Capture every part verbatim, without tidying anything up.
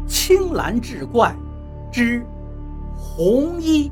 青蓝志怪之红衣。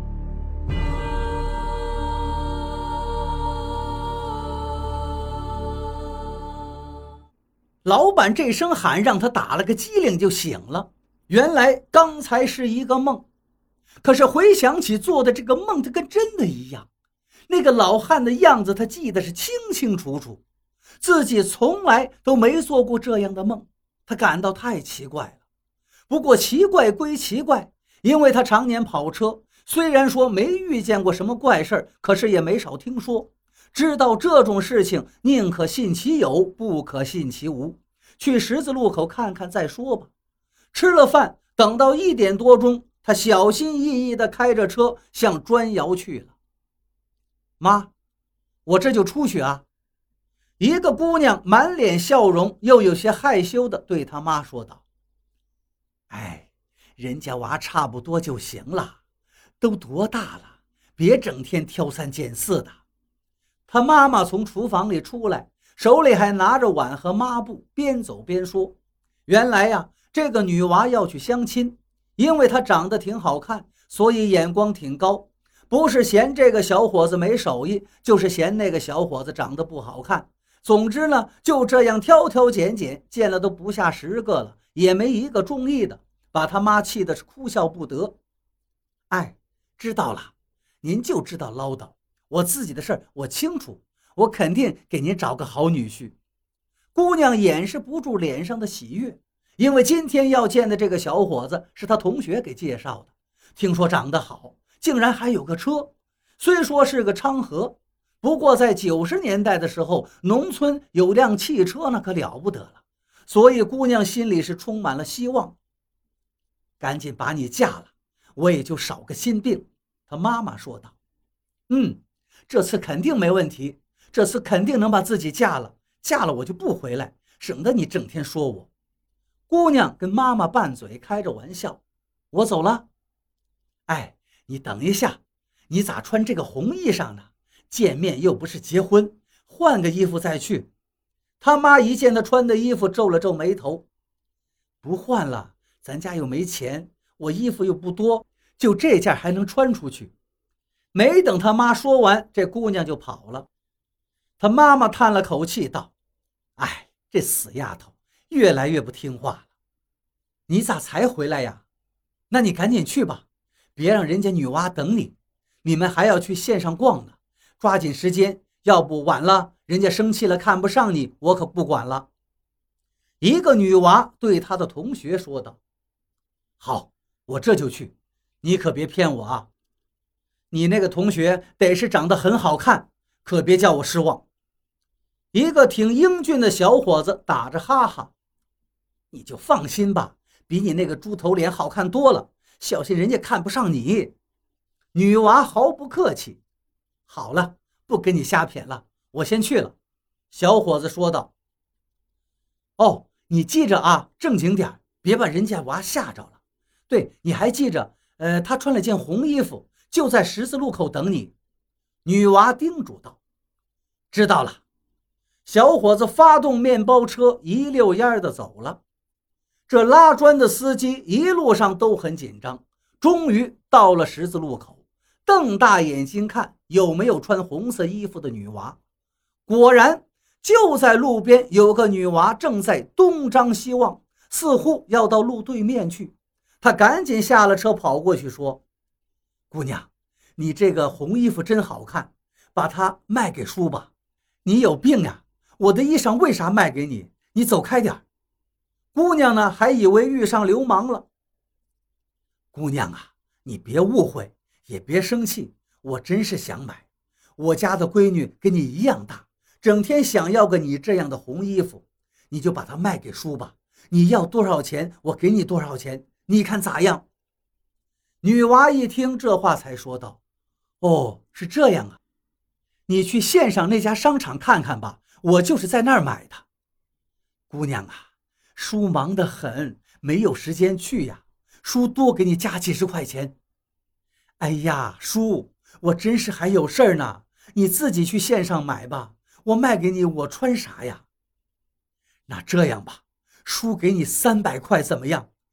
老板这声喊让他打了个激灵就醒了，原来刚才是一个梦。可是回想起做的这个梦，他跟真的一样，那个老汉的样子他记得是清清楚楚，自己从来都没做过这样的梦，他感到太奇怪了。不过奇怪归奇怪，因为他常年跑车，虽然说没遇见过什么怪事，可是也没少听说，知道这种事情宁可信其有，不可信其无，去十字路口看看再说吧。吃了饭，等到一点多钟，他小心翼翼地开着车向砖窑去了。妈，我这就出去啊。一个姑娘满脸笑容，又有些害羞地对她妈说道：哎，人家娃差不多就行了，都多大了，别整天挑三拣四的。他妈妈从厨房里出来，手里还拿着碗和抹布，边走边说：原来呀，这个女娃要去相亲，因为她长得挺好看，所以眼光挺高，不是嫌这个小伙子没手艺，就是嫌那个小伙子长得不好看。总之呢，就这样挑挑拣拣，见了都不下十个了，也没一个中意的，把他妈气的是哭笑不得。哎，知道了，您就知道唠叨，我自己的事儿我清楚，我肯定给您找个好女婿。姑娘掩饰不住脸上的喜悦，因为今天要见的这个小伙子是她同学给介绍的，听说长得好，竟然还有个车。虽说是个昌河，不过在九十年代的时候，农村有辆汽车那可了不得了，所以姑娘心里是充满了希望。赶紧把你嫁了，我也就少个心病，她妈妈说道。嗯，这次肯定没问题，这次肯定能把自己嫁了，嫁了我就不回来，省得你整天说我。姑娘跟妈妈拌嘴，开着玩笑。我走了。哎，你等一下，你咋穿这个红衣裳呢？见面又不是结婚，换个衣服再去。他妈一见他穿的衣服，皱了皱眉头。不换了，咱家又没钱，我衣服又不多，就这件还能穿出去。没等他妈说完，这姑娘就跑了。他妈妈叹了口气道：哎，这死丫头越来越不听话了。你咋才回来呀？那你赶紧去吧，别让人家女娃等你，你们还要去线上逛呢，抓紧时间，要不晚了人家生气了看不上你，我可不管了。一个女娃对她的同学说道。好，我这就去，你可别骗我啊。你那个同学得是长得很好看，可别叫我失望。一个挺英俊的小伙子打着哈哈。你就放心吧，比你那个猪头脸好看多了，小心人家看不上你。女娃毫不客气。好了，不跟你瞎谝了，我先去了。小伙子说道。哦，你记着啊，正经点，别把人家娃吓着了。对，你还记着，呃，他穿了件红衣服，就在十字路口等你。女娃叮嘱道。知道了。小伙子发动面包车，一溜烟的走了。这拉砖的司机一路上都很紧张，终于到了十字路口，瞪大眼睛看有没有穿红色衣服的女娃。果然，就在路边有个女娃正在东张西望，似乎要到路对面去。他赶紧下了车跑过去说：姑娘，你这个红衣服真好看，把它卖给叔吧。你有病呀，我的衣裳为啥卖给你？你走开点。姑娘呢，还以为遇上流氓了。姑娘啊，你别误会，也别生气，我真是想买。我家的闺女跟你一样大，整天想要个你这样的红衣服，你就把它卖给叔吧。你要多少钱，我给你多少钱，你看咋样？女娃一听这话才说道：哦，是这样啊，你去线上那家商场看看吧，我就是在那儿买的。姑娘啊，叔忙得很，没有时间去呀，叔多给你加几十块钱。哎呀，叔，我真是还有事儿呢，你自己去线上买吧，我卖给你，我穿啥呀？那这样吧，叔给你三百块怎么样？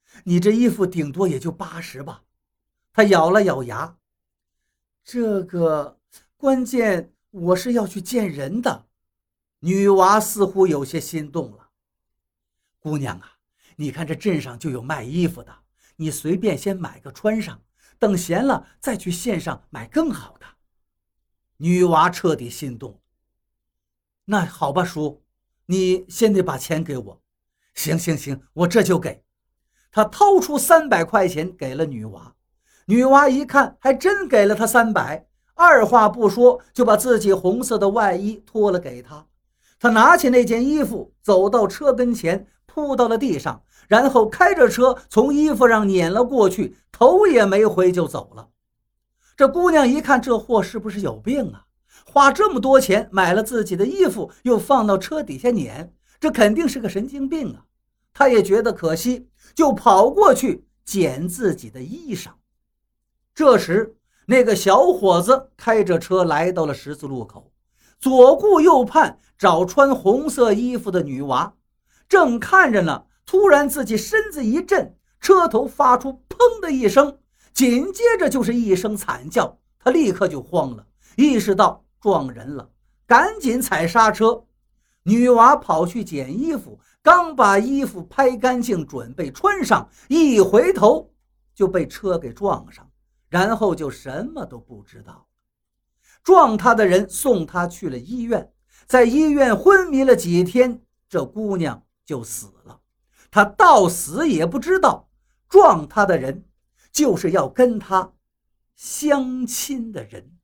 你这衣服顶多也就八十吧。他咬了咬牙，这个关键我是要去见人的。女娃似乎有些心动了。姑娘啊，你看这镇上就有卖衣服的，你随便先买个穿上，等闲了再去线上买更好的。女娃彻底心动了。那好吧，叔，你先得把钱给我。行行行，我这就给。他掏出三百块钱给了女娃。女娃一看还真给了他三百，二话不说就把自己红色的外衣脱了给他。他拿起那件衣服，走到车跟前，扑到了地上，然后开着车从衣服上碾了过去，头也没回就走了。这姑娘一看，这货是不是有病啊？花这么多钱买了自己的衣服，又放到车底下碾，这肯定是个神经病啊！她也觉得可惜，就跑过去捡自己的衣裳。这时，那个小伙子开着车来到了十字路口，左顾右盼，找穿红色衣服的女娃。正看着呢，突然自己身子一震，车头发出砰的一声，紧接着就是一声惨叫。他立刻就慌了，意识到撞人了，赶紧踩刹车。女娃跑去捡衣服，刚把衣服拍干净准备穿上，一回头就被车给撞上，然后就什么都不知道。撞他的人送他去了医院，在医院昏迷了几天，这姑娘就死了。她到死也不知道，撞她的人就是要跟她相亲的人。